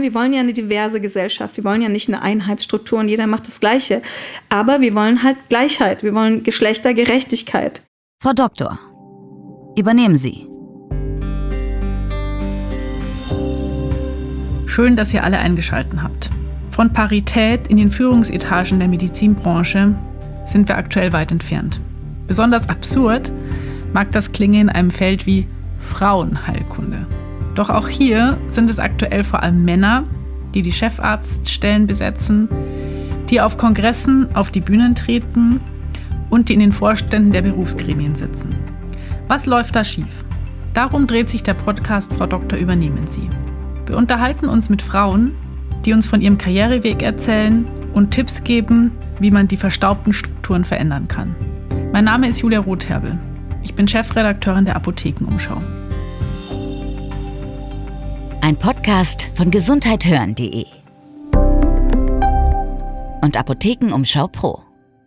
Wir wollen ja eine diverse Gesellschaft. Wir wollen ja nicht eine Einheitsstruktur und jeder macht das Gleiche. Aber wir wollen halt Gleichheit. Wir wollen Geschlechtergerechtigkeit. Frau Doktor, übernehmen Sie. Schön, dass ihr alle eingeschaltet habt. Von Parität in den Führungsetagen der Medizinbranche sind wir aktuell weit entfernt. Besonders absurd mag das klingen in einem Feld wie Frauenheilkunde. Doch auch hier sind es aktuell vor allem Männer, die die Chefarztstellen besetzen, die auf Kongressen auf die Bühnen treten und die in den Vorständen der Berufsgremien sitzen. Was läuft da schief? Darum dreht sich der Podcast Frau Doktor, übernehmen Sie. Wir unterhalten uns mit Frauen, die uns von ihrem Karriereweg erzählen und Tipps geben, wie man die verstaubten Strukturen verändern kann. Mein Name ist Julia Rotherbel. Ich bin Chefredakteurin der Apothekenumschau. Ein Podcast von gesundheithören.de und Apothekenumschau Pro.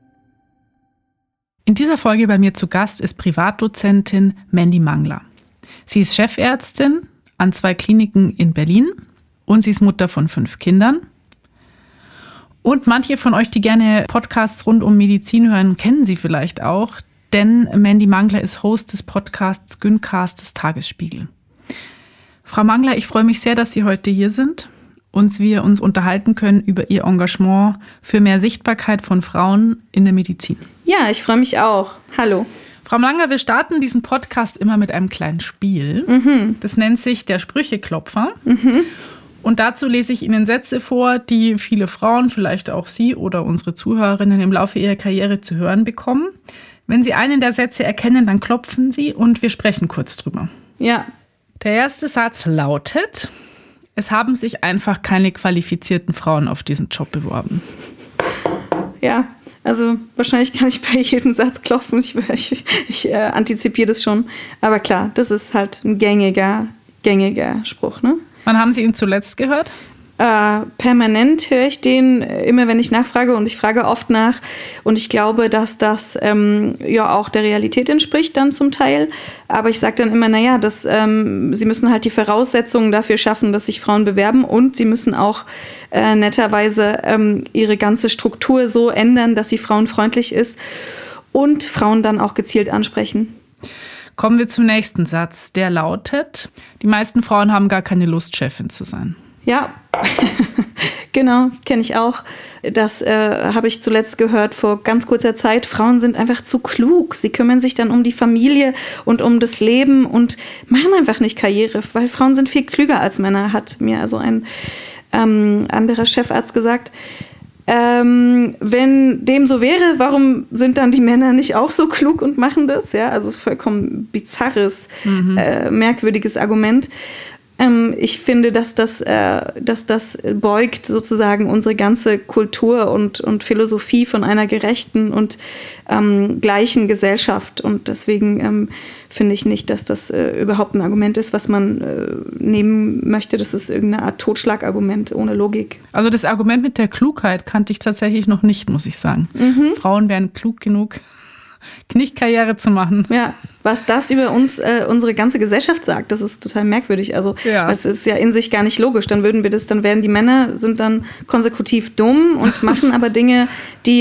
In dieser Folge bei mir zu Gast ist Privatdozentin Mandy Mangler. Sie ist Chefärztin an 2 Kliniken in Berlin und sie ist Mutter von 5 Kindern. Und manche von euch, die gerne Podcasts rund um Medizin hören, kennen sie vielleicht auch, denn Mandy Mangler ist Host des Podcasts Gyncast des Tagesspiegel. Frau Mangler, ich freue mich sehr, dass Sie heute hier sind und wir uns unterhalten können über Ihr Engagement für mehr Sichtbarkeit von Frauen in der Medizin. Ja, ich freue mich auch. Hallo. Frau Mangler, wir starten diesen Podcast immer mit einem kleinen Spiel. Das nennt sich der Sprücheklopfer. Und dazu lese ich Ihnen Sätze vor, die viele Frauen, vielleicht auch Sie oder unsere Zuhörerinnen im Laufe ihrer Karriere zu hören bekommen. Wenn Sie einen der Sätze erkennen, dann klopfen Sie und wir sprechen kurz drüber. Ja. Der erste Satz lautet: Es haben sich einfach keine qualifizierten Frauen auf diesen Job beworben. Ja. Also wahrscheinlich kann ich bei jedem Satz klopfen. Ich antizipiere das schon. Aber klar, das ist halt ein gängiger Spruch, ne? Wann haben Sie ihn zuletzt gehört? Permanent höre ich den, immer wenn ich nachfrage, und ich frage oft nach. Und ich glaube, dass das ja auch der Realität entspricht dann zum Teil. Aber ich sage dann immer, sie müssen halt die Voraussetzungen dafür schaffen, dass sich Frauen bewerben. Und sie müssen auch netterweise ihre ganze Struktur so ändern, dass sie frauenfreundlich ist und Frauen dann auch gezielt ansprechen. Kommen wir zum nächsten Satz. Der lautet: Die meisten Frauen haben gar keine Lust, Chefin zu sein. Ja, genau, kenne ich auch. Das habe ich zuletzt gehört vor ganz kurzer Zeit. Frauen sind einfach zu klug. Sie kümmern sich dann um die Familie und um das Leben und machen einfach nicht Karriere, weil Frauen sind viel klüger als Männer, hat mir also ein anderer Chefarzt gesagt. Wenn dem so wäre, warum sind dann die Männer nicht auch so klug und machen das? Ja, also es ist vollkommen bizarres, merkwürdiges Argument. Ich finde, dass das beugt sozusagen unsere ganze Kultur und Philosophie von einer gerechten und gleichen Gesellschaft. Und deswegen finde ich nicht, dass das überhaupt ein Argument ist, was man nehmen möchte. Das ist irgendeine Art Totschlagargument ohne Logik. Also das Argument mit der Klugheit kannte ich tatsächlich noch nicht, muss ich sagen. Frauen wären klug genug, nicht Karriere zu machen. Ja, was das über uns, unsere ganze Gesellschaft sagt, das ist total merkwürdig. Also es ist ja in sich gar nicht logisch. Dann werden die Männer sind dann konsekutiv dumm und machen aber Dinge, die,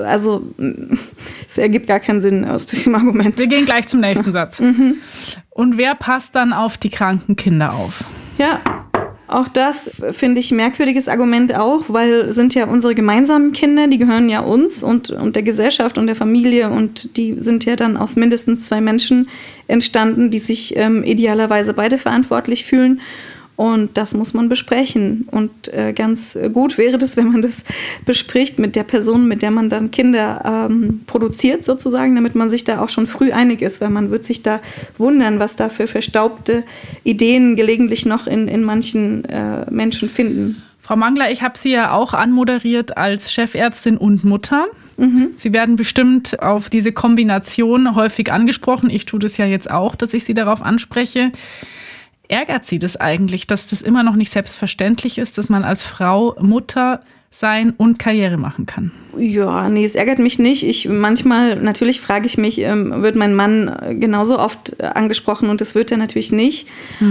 es ergibt gar keinen Sinn aus diesem Argument. Wir gehen gleich zum nächsten Satz. Und wer passt dann auf die kranken Kinder auf? Ja, auch das finde ich ein merkwürdiges Argument auch, weil sind ja unsere gemeinsamen Kinder, die gehören ja uns und der Gesellschaft und der Familie und die sind ja dann aus mindestens 2 Menschen entstanden, die sich idealerweise beide verantwortlich fühlen. Und das muss man besprechen. Und ganz gut wäre das, wenn man das bespricht mit der Person, mit der man dann Kinder produziert sozusagen, damit man sich da auch schon früh einig ist, weil man wird sich da wundern, was da für verstaubte Ideen gelegentlich noch in manchen Menschen finden. Frau Mangler, ich habe Sie ja auch anmoderiert als Chefärztin und Mutter. Sie werden bestimmt auf diese Kombination häufig angesprochen. Ich tue das ja jetzt auch, dass ich Sie darauf anspreche. Ärgert Sie das eigentlich, dass das immer noch nicht selbstverständlich ist, dass man als Frau Mutter sein und Karriere machen kann? Ja, nee, es ärgert mich nicht. Natürlich frage ich mich, wird mein Mann genauso oft angesprochen, und das wird er natürlich nicht.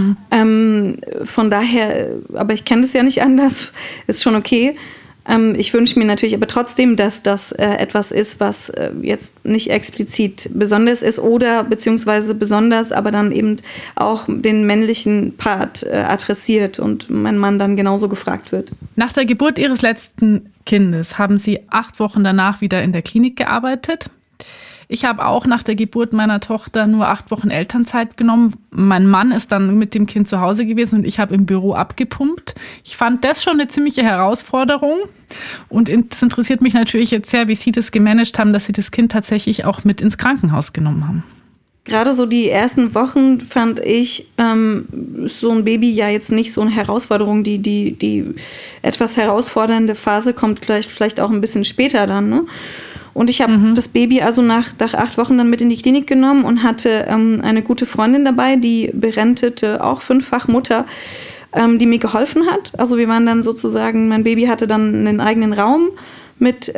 Von daher, aber ich kenne das ja nicht anders, ist schon okay. Ich wünsche mir natürlich aber trotzdem, dass das etwas ist, was jetzt nicht explizit besonders ist oder beziehungsweise besonders, aber dann eben auch den männlichen Part adressiert und mein Mann dann genauso gefragt wird. Nach der Geburt Ihres letzten Kindes haben Sie 8 Wochen danach wieder in der Klinik gearbeitet. Ich habe auch nach der Geburt meiner Tochter nur 8 Wochen Elternzeit genommen. Mein Mann ist dann mit dem Kind zu Hause gewesen und ich habe im Büro abgepumpt. Ich fand das schon eine ziemliche Herausforderung. Und es interessiert mich natürlich jetzt sehr, wie Sie das gemanagt haben, dass Sie das Kind tatsächlich auch mit ins Krankenhaus genommen haben. Gerade so die ersten Wochen fand ich so ein Baby ja jetzt nicht so eine Herausforderung. Die etwas herausfordernde Phase kommt vielleicht auch ein bisschen später dann, ne? Und ich habe das Baby also nach 8 Wochen dann mit in die Klinik genommen und hatte eine gute Freundin dabei, die berentete, auch 5-fach Mutter, die mir geholfen hat. Also wir waren dann sozusagen, mein Baby hatte dann einen eigenen Raum mit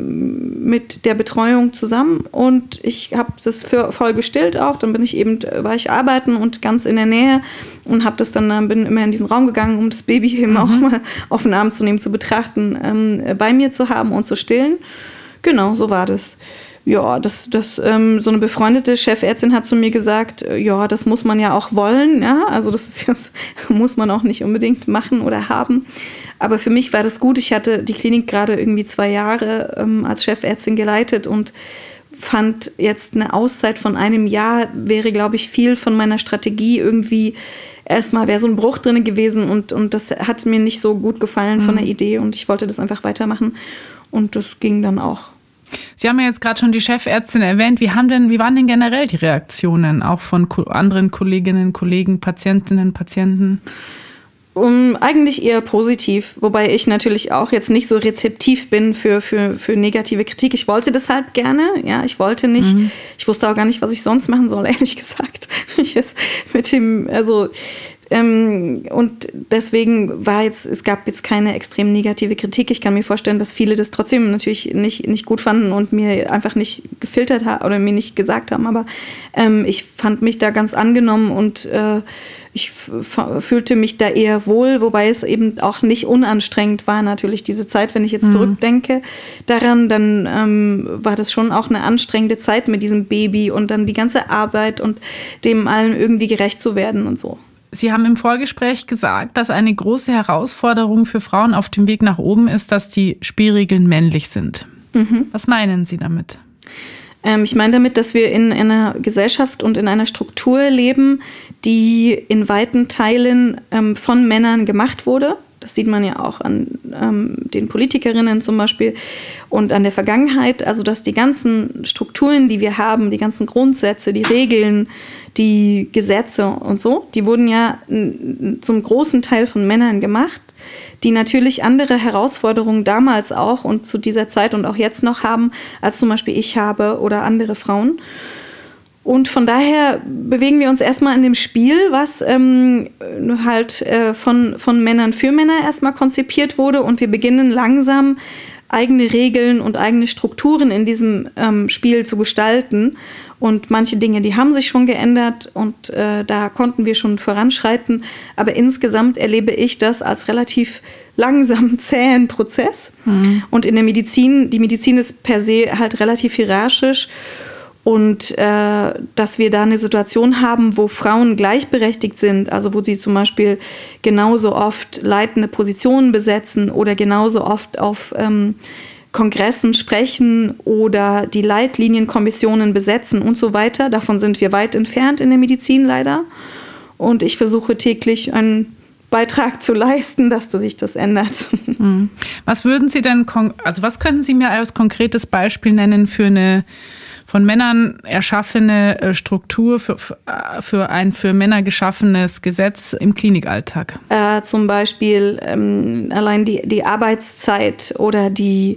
der Betreuung zusammen und ich habe das voll gestillt auch. Dann war ich arbeiten und ganz in der Nähe und habe das dann, bin immer in diesen Raum gegangen, um das Baby eben auch mal auf den Arm zu nehmen, zu betrachten, bei mir zu haben und zu stillen. Genau, so war das. Ja, so eine befreundete Chefärztin hat zu mir gesagt, ja, das muss man ja auch wollen, ja, also das muss man auch nicht unbedingt machen oder haben. Aber für mich war das gut. Ich hatte die Klinik gerade irgendwie 2 Jahre als Chefärztin geleitet und fand jetzt eine Auszeit von 1 Jahr wäre, glaube ich, viel von meiner Strategie irgendwie. Erstmal wäre so ein Bruch drin gewesen und das hat mir nicht so gut gefallen von der Idee und ich wollte das einfach weitermachen. Und das ging dann auch. Sie haben ja jetzt gerade schon die Chefärztin erwähnt. Wie waren denn generell die Reaktionen auch von anderen Kolleginnen, Kollegen, Patientinnen, Patienten? Eigentlich eher positiv, wobei ich natürlich auch jetzt nicht so rezeptiv bin für negative Kritik. Ich wollte das halt gerne, ja, ich wollte nicht, ich wusste auch gar nicht, was ich sonst machen soll, ehrlich gesagt. Und deswegen es gab jetzt keine extrem negative Kritik. Ich kann mir vorstellen, dass viele das trotzdem natürlich nicht gut fanden und mir einfach nicht gefiltert haben oder mir nicht gesagt haben. Aber ich fand mich da ganz angenommen und ich fühlte mich da eher wohl, wobei es eben auch nicht unanstrengend war natürlich diese Zeit. Wenn ich jetzt zurückdenke daran, dann war das schon auch eine anstrengende Zeit mit diesem Baby und dann die ganze Arbeit und dem allen irgendwie gerecht zu werden und so. Sie haben im Vorgespräch gesagt, dass eine große Herausforderung für Frauen auf dem Weg nach oben ist, dass die Spielregeln männlich sind. Was meinen Sie damit? Ich meine damit, dass wir in einer Gesellschaft und in einer Struktur leben, die in weiten Teilen von Männern gemacht wurde. Das sieht man ja auch an den Politikerinnen zum Beispiel und an der Vergangenheit. Also dass die ganzen Strukturen, die wir haben, die ganzen Grundsätze, die Regeln, die Gesetze und so, die wurden ja zum großen Teil von Männern gemacht, die natürlich andere Herausforderungen damals auch und zu dieser Zeit und auch jetzt noch haben, als zum Beispiel ich habe oder andere Frauen. Und von daher bewegen wir uns erstmal in dem Spiel, was von Männern für Männer erstmal konzipiert wurde und wir beginnen langsam eigene Regeln und eigene Strukturen in diesem Spiel zu gestalten. Und manche Dinge, die haben sich schon geändert und da konnten wir schon voranschreiten. Aber insgesamt erlebe ich das als relativ langsam zähen Prozess. Und in der Medizin, die Medizin ist per se halt relativ hierarchisch. Und dass wir da eine Situation haben, wo Frauen gleichberechtigt sind, also wo sie zum Beispiel genauso oft leitende Positionen besetzen oder genauso oft auf Kongressen sprechen oder die Leitlinienkommissionen besetzen und so weiter. Davon sind wir weit entfernt in der Medizin leider. Und ich versuche täglich einen Beitrag zu leisten, dass sich das ändert. Was würden Sie denn, was könnten Sie mir als konkretes Beispiel nennen für eine von Männern erschaffene Struktur, für ein für Männer geschaffenes Gesetz im Klinikalltag? Zum Beispiel allein die Arbeitszeit oder die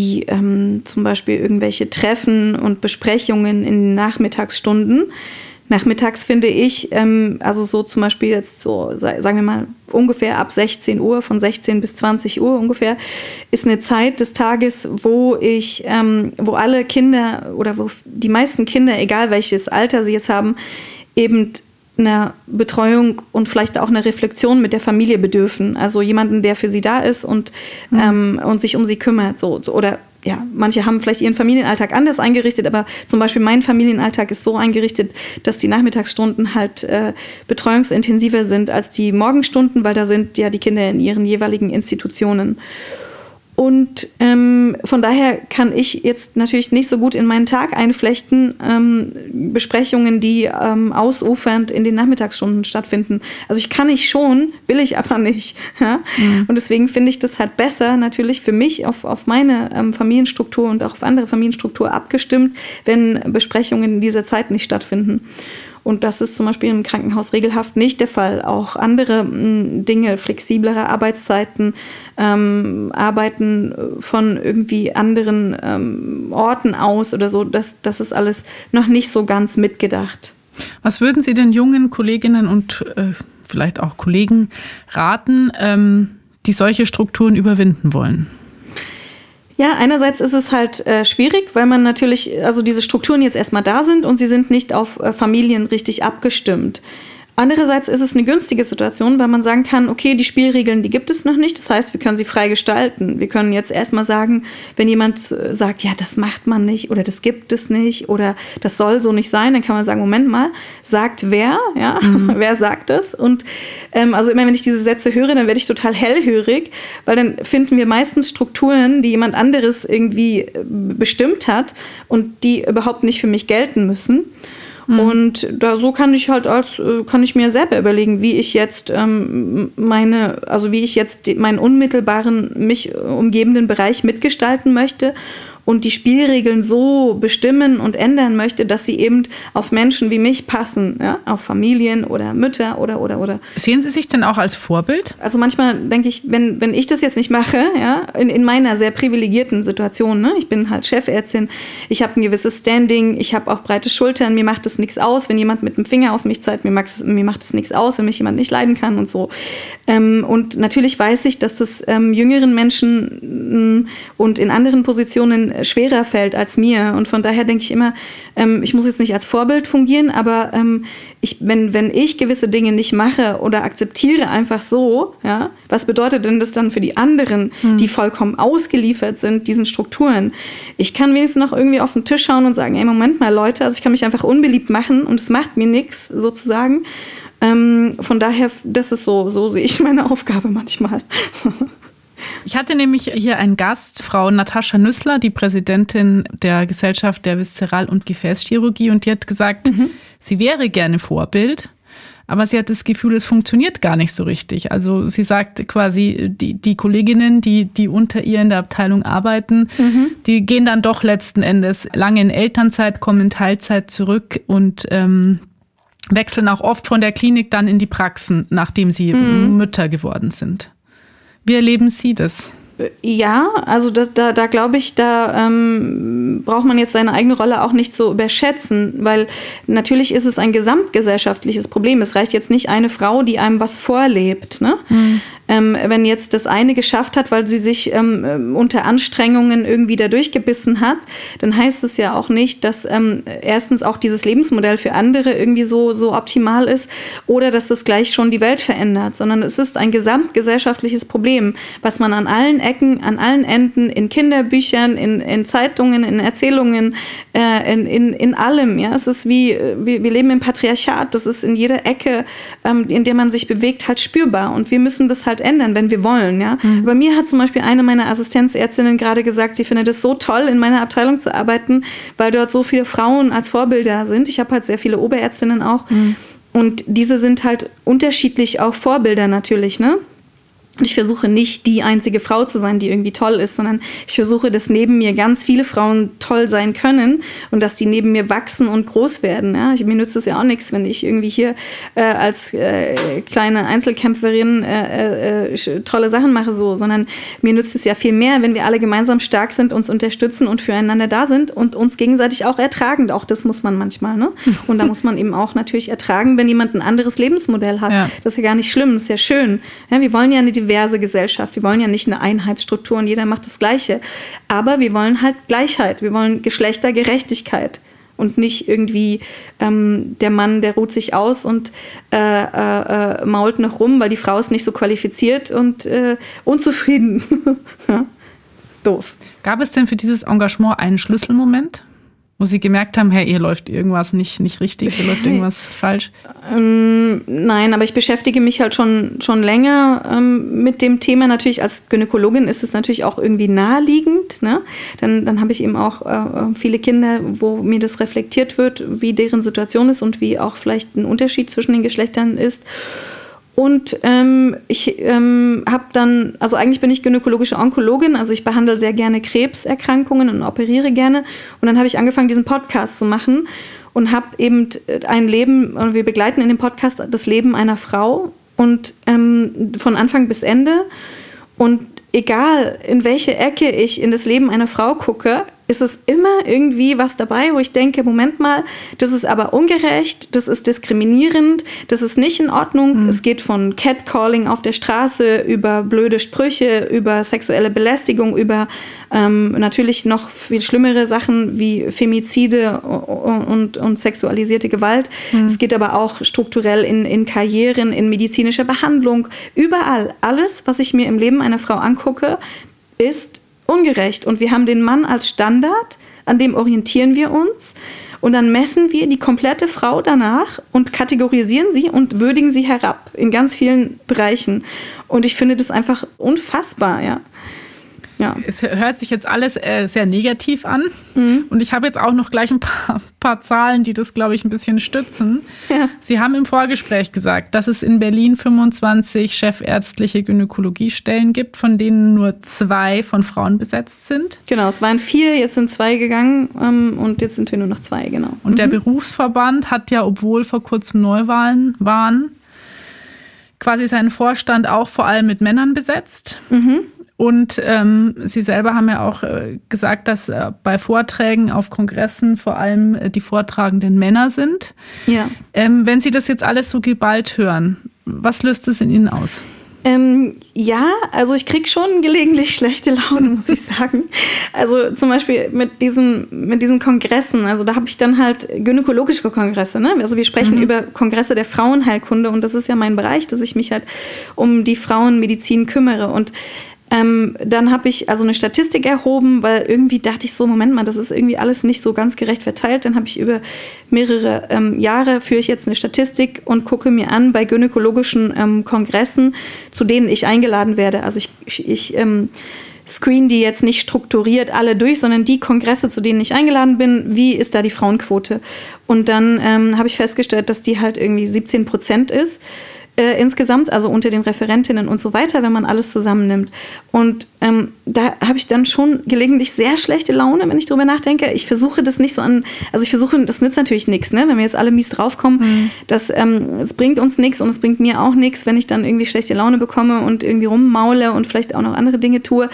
zum Beispiel irgendwelche Treffen und Besprechungen in den Nachmittagsstunden. Nachmittags finde ich, also so zum Beispiel jetzt so, sagen wir mal, ungefähr ab 16 Uhr, von 16 bis 20 Uhr ungefähr, ist eine Zeit des Tages, wo alle Kinder oder wo die meisten Kinder, egal welches Alter sie jetzt haben, eben einer Betreuung und vielleicht auch einer Reflexion mit der Familie bedürfen. Also jemanden, der für sie da ist und sich um sie kümmert. So, oder ja, manche haben vielleicht ihren Familienalltag anders eingerichtet, aber zum Beispiel mein Familienalltag ist so eingerichtet, dass die Nachmittagsstunden halt betreuungsintensiver sind als die Morgenstunden, weil da sind ja die Kinder in ihren jeweiligen Institutionen. Und von daher kann ich jetzt natürlich nicht so gut in meinen Tag einflechten, Besprechungen, die ausufernd in den Nachmittagsstunden stattfinden. Also ich kann nicht schon, will ich aber nicht. Ja? Und deswegen finde ich das halt besser, natürlich für mich auf meine Familienstruktur und auch auf andere Familienstruktur abgestimmt, wenn Besprechungen in dieser Zeit nicht stattfinden. Und das ist zum Beispiel im Krankenhaus regelhaft nicht der Fall. Auch andere Dinge, flexiblere Arbeitszeiten, Arbeiten von irgendwie anderen Orten aus oder so, das ist alles noch nicht so ganz mitgedacht. Was würden Sie den jungen Kolleginnen und vielleicht auch Kollegen raten, die solche Strukturen überwinden wollen? Ja, einerseits ist es halt schwierig, weil man natürlich, also diese Strukturen jetzt erstmal da sind und sie sind nicht auf Familien richtig abgestimmt. Andererseits ist es eine günstige Situation, weil man sagen kann, okay, die Spielregeln, die gibt es noch nicht. Das heißt, wir können sie frei gestalten. Wir können jetzt erstmal sagen, wenn jemand sagt, ja, das macht man nicht oder das gibt es nicht oder das soll so nicht sein, dann kann man sagen, Moment mal, sagt wer? Ja, wer sagt das? Und also immer, wenn ich diese Sätze höre, dann werde ich total hellhörig, weil dann finden wir meistens Strukturen, die jemand anderes irgendwie bestimmt hat und die überhaupt nicht für mich gelten müssen. Und so kann ich halt kann ich mir selber überlegen, wie ich jetzt meinen unmittelbaren, mich umgebenden Bereich mitgestalten möchte und die Spielregeln so bestimmen und ändern möchte, dass sie eben auf Menschen wie mich passen, ja? Auf Familien oder Mütter oder. Sehen Sie sich denn auch als Vorbild? Also manchmal denke ich, wenn ich das jetzt nicht mache, ja, in meiner sehr privilegierten Situation, ne? Ich bin halt Chefärztin, ich habe ein gewisses Standing, ich habe auch breite Schultern, mir macht es nichts aus, wenn jemand mit dem Finger auf mich zeigt, mir macht es nichts aus, wenn mich jemand nicht leiden kann und so. Und natürlich weiß ich, dass das jüngeren Menschen und in anderen Positionen schwerer fällt als mir. Und von daher denke ich immer, ich muss jetzt nicht als Vorbild fungieren, aber wenn ich gewisse Dinge nicht mache oder akzeptiere einfach so, ja, was bedeutet denn das dann für die anderen, die vollkommen ausgeliefert sind, diesen Strukturen? Ich kann wenigstens noch irgendwie auf den Tisch schauen und sagen, ey, Moment mal, Leute, also ich kann mich einfach unbeliebt machen und es macht mir nichts, sozusagen. Von daher, das ist so sehe ich meine Aufgabe manchmal. Ich hatte nämlich hier einen Gast, Frau Natascha Nüssler, die Präsidentin der Gesellschaft der Viszeral- und Gefäßchirurgie, und die hat gesagt, sie wäre gerne Vorbild, aber sie hat das Gefühl, es funktioniert gar nicht so richtig. Also sie sagt quasi, die Kolleginnen, die unter ihr in der Abteilung arbeiten, die gehen dann doch letzten Endes lange in Elternzeit, kommen in Teilzeit zurück und wechseln auch oft von der Klinik dann in die Praxen, nachdem sie Mütter geworden sind. Wie erleben Sie das? Ja, also da glaube ich, da braucht man jetzt seine eigene Rolle auch nicht so überschätzen, weil natürlich ist es ein gesamtgesellschaftliches Problem. Es reicht jetzt nicht eine Frau, die einem was vorlebt, ne? Wenn jetzt das eine geschafft hat, weil sie sich unter Anstrengungen irgendwie da durchgebissen hat, dann heißt es ja auch nicht, dass erstens auch dieses Lebensmodell für andere irgendwie so optimal ist oder dass das gleich schon die Welt verändert, sondern es ist ein gesamtgesellschaftliches Problem, was man an allen Ecken, an allen Enden, in Kinderbüchern, in Zeitungen, in Erzählungen, in allem. Ja? Es ist wie, wir leben im Patriarchat, das ist in jeder Ecke, in der man sich bewegt, halt spürbar. Und wir müssen das halt ändern, wenn wir wollen. Ja? Bei mir hat zum Beispiel eine meiner Assistenzärztinnen gerade gesagt, sie findet es so toll, in meiner Abteilung zu arbeiten, weil dort so viele Frauen als Vorbilder sind. Ich habe halt sehr viele Oberärztinnen auch. Und diese sind halt unterschiedlich auch Vorbilder natürlich, ne? Und ich versuche nicht, die einzige Frau zu sein, die irgendwie toll ist, sondern ich versuche, dass neben mir ganz viele Frauen toll sein können und dass die neben mir wachsen und groß werden. Ja? Mir nützt es ja auch nichts, wenn ich irgendwie hier als kleine Einzelkämpferin tolle Sachen mache, sondern mir nützt es ja viel mehr, wenn wir alle gemeinsam stark sind, uns unterstützen und füreinander da sind und uns gegenseitig auch ertragen. Auch das muss man manchmal. Ne? Und da muss man eben auch natürlich ertragen, wenn jemand ein anderes Lebensmodell hat. Ja. Das ist ja gar nicht schlimm, das ist ja schön. Ja, wir wollen ja eine diverse Gesellschaft. Wir wollen ja nicht eine Einheitsstruktur und jeder macht das Gleiche. Aber wir wollen halt Gleichheit. Wir wollen Geschlechtergerechtigkeit. Und nicht irgendwie der Mann, der ruht sich aus und mault noch rum, weil die Frau ist nicht so qualifiziert und unzufrieden. Ja, ist doof. Gab es denn für dieses Engagement einen Schlüsselmoment, wo Sie gemerkt haben, hey, hier läuft irgendwas nicht richtig, hier läuft irgendwas falsch? Nein, aber ich beschäftige mich halt schon länger mit dem Thema. Natürlich als Gynäkologin ist es natürlich auch irgendwie naheliegend. Ne? Dann habe ich eben auch viele Kinder, wo mir das reflektiert wird, wie deren Situation ist und wie auch vielleicht ein Unterschied zwischen den Geschlechtern ist. Und ich habe dann, also eigentlich bin ich gynäkologische Onkologin, also ich behandle sehr gerne Krebserkrankungen und operiere gerne. Und dann habe ich angefangen, diesen Podcast zu machen und habe eben ein Leben, und wir begleiten in dem Podcast das Leben einer Frau und von Anfang bis Ende. Und egal, in welche Ecke ich in das Leben einer Frau gucke, ist es immer irgendwie was dabei, wo ich denke, Moment mal, das ist aber ungerecht, das ist diskriminierend, das ist nicht in Ordnung. Es geht von Catcalling auf der Straße über blöde Sprüche, über sexuelle Belästigung, über natürlich noch viel schlimmere Sachen wie Femizide und sexualisierte Gewalt. Es geht aber auch strukturell in Karrieren, in medizinischer Behandlung, überall. Alles, was ich mir im Leben einer Frau angucke, ist ungerecht. Und wir haben den Mann als Standard, an dem orientieren wir uns. Und dann messen wir die komplette Frau danach und kategorisieren sie und würdigen sie herab in ganz vielen Bereichen. Und ich finde das einfach unfassbar, ja. Ja. Es hört sich jetzt alles sehr negativ an. Und ich habe jetzt auch noch gleich ein paar Zahlen, die das, glaube ich, ein bisschen stützen. Ja. Sie haben im Vorgespräch gesagt, dass es in Berlin 25 chefärztliche Gynäkologiestellen gibt, von denen nur 2 von Frauen besetzt sind. Genau, es waren 4, jetzt sind 2 gegangen und jetzt sind wir nur noch 2, genau. Und der Berufsverband hat ja, obwohl vor kurzem Neuwahlen waren, quasi seinen Vorstand auch vor allem mit Männern besetzt. Und Sie selber haben ja auch gesagt, dass bei Vorträgen auf Kongressen vor allem die vortragenden Männer sind. Ja. Wenn Sie das jetzt alles so geballt hören, was löst es in Ihnen aus? Ja, also ich kriege schon gelegentlich schlechte Laune, muss ich sagen. Also zum Beispiel mit diesen Kongressen, also da habe ich dann halt gynäkologische Kongresse, ne? Also wir sprechen über Kongresse der Frauenheilkunde und das ist ja mein Bereich, dass ich mich halt um die Frauenmedizin kümmere und dann habe ich also eine Statistik erhoben, weil irgendwie dachte ich so, Moment mal, das ist irgendwie alles nicht so ganz gerecht verteilt. Dann habe ich über mehrere Jahre führe ich jetzt eine Statistik und gucke mir an bei gynäkologischen Kongressen, zu denen ich eingeladen werde. Also ich screen die jetzt nicht strukturiert alle durch, sondern die Kongresse, zu denen ich eingeladen bin, wie ist da die Frauenquote? Und dann habe ich festgestellt, dass die halt irgendwie 17% ist. Insgesamt, also unter den Referentinnen und so weiter, wenn man alles zusammennimmt. Und da habe ich dann schon gelegentlich sehr schlechte Laune, wenn ich drüber nachdenke. Ich versuche das nicht so das nützt natürlich nichts, ne? Wenn wir jetzt alle mies draufkommen, es bringt uns nichts und es bringt mir auch nichts, wenn ich dann irgendwie schlechte Laune bekomme und irgendwie rummaule und vielleicht auch noch andere Dinge tue,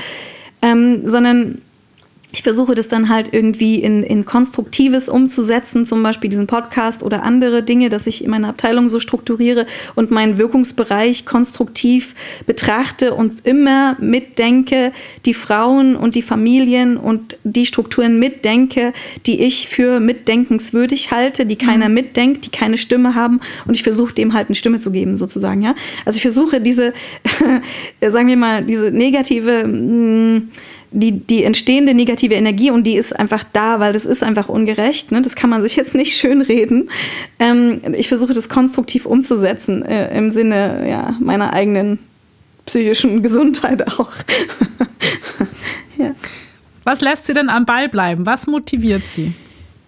sondern ich versuche das dann halt irgendwie in Konstruktives umzusetzen, zum Beispiel diesen Podcast oder andere Dinge, dass ich meine Abteilung so strukturiere und meinen Wirkungsbereich konstruktiv betrachte und immer mitdenke, die Frauen und die Familien und die Strukturen mitdenke, die ich für mitdenkenswürdig halte, die keiner mitdenkt, die keine Stimme haben und ich versuche dem halt eine Stimme zu geben, sozusagen, ja. Also ich versuche diese, sagen wir mal, diese negative die entstehende negative Energie und die ist einfach da, weil das ist einfach ungerecht. Ne? Das kann man sich jetzt nicht schönreden. Ich versuche das konstruktiv umzusetzen im Sinne meiner eigenen psychischen Gesundheit auch. Ja. Was lässt Sie denn am Ball bleiben? Was motiviert Sie?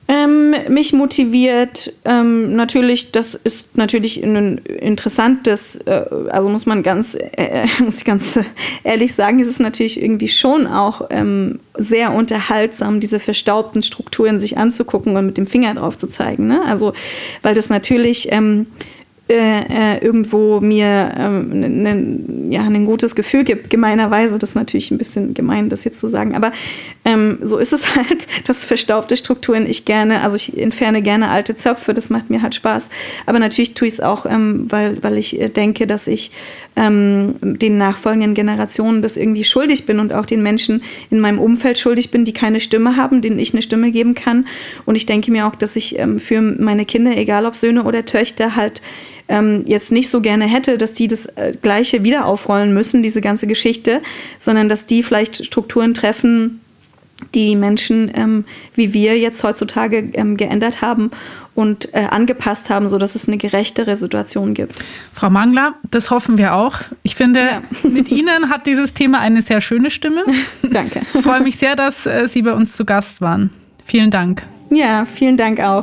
Mich motiviert natürlich, das ist natürlich ein interessantes, also muss ich ganz ehrlich sagen, es ist natürlich irgendwie schon auch sehr unterhaltsam, diese verstaubten Strukturen sich anzugucken und mit dem Finger drauf zu zeigen. Ne? Also, weil das natürlich irgendwo mir ein gutes Gefühl gibt. Gemeinerweise, das ist natürlich ein bisschen gemein, das jetzt zu sagen, aber so ist es halt, dass verstaubte Strukturen ich entferne gerne alte Zöpfe, das macht mir halt Spaß, aber natürlich tue ich es auch, weil ich denke, dass ich den nachfolgenden Generationen das irgendwie schuldig bin und auch den Menschen in meinem Umfeld schuldig bin, die keine Stimme haben, denen ich eine Stimme geben kann, und ich denke mir auch, dass ich für meine Kinder, egal ob Söhne oder Töchter, halt jetzt nicht so gerne hätte, dass die das Gleiche wieder aufrollen müssen, diese ganze Geschichte, sondern dass die vielleicht Strukturen treffen, die Menschen wie wir jetzt heutzutage geändert haben und angepasst haben, sodass es eine gerechtere Situation gibt. Frau Mangler, das hoffen wir auch. Ich finde, mit Ihnen hat dieses Thema eine sehr schöne Stimme. Danke. Ich freue mich sehr, dass Sie bei uns zu Gast waren. Vielen Dank. Ja, vielen Dank auch.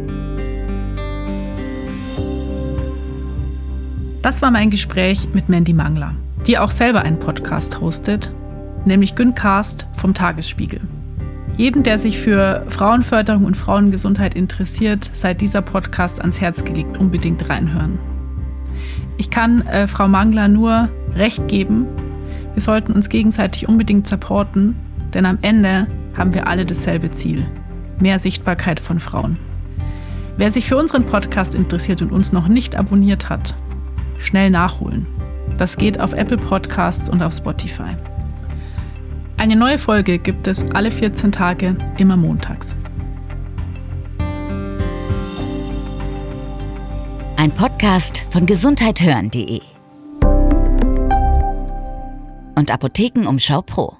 Das war mein Gespräch mit Mandy Mangler, die auch selber einen Podcast hostet, nämlich Gyncast vom Tagesspiegel. Jedem, der sich für Frauenförderung und Frauengesundheit interessiert, sei dieser Podcast ans Herz gelegt, unbedingt reinhören. Ich kann Frau Mangler nur recht geben, wir sollten uns gegenseitig unbedingt supporten, denn am Ende haben wir alle dasselbe Ziel: mehr Sichtbarkeit von Frauen. Wer sich für unseren Podcast interessiert und uns noch nicht abonniert hat, schnell nachholen. Das geht auf Apple Podcasts und auf Spotify. Eine neue Folge gibt es alle 14 Tage, immer montags. Ein Podcast von gesundheithören.de und Apothekenumschau Pro.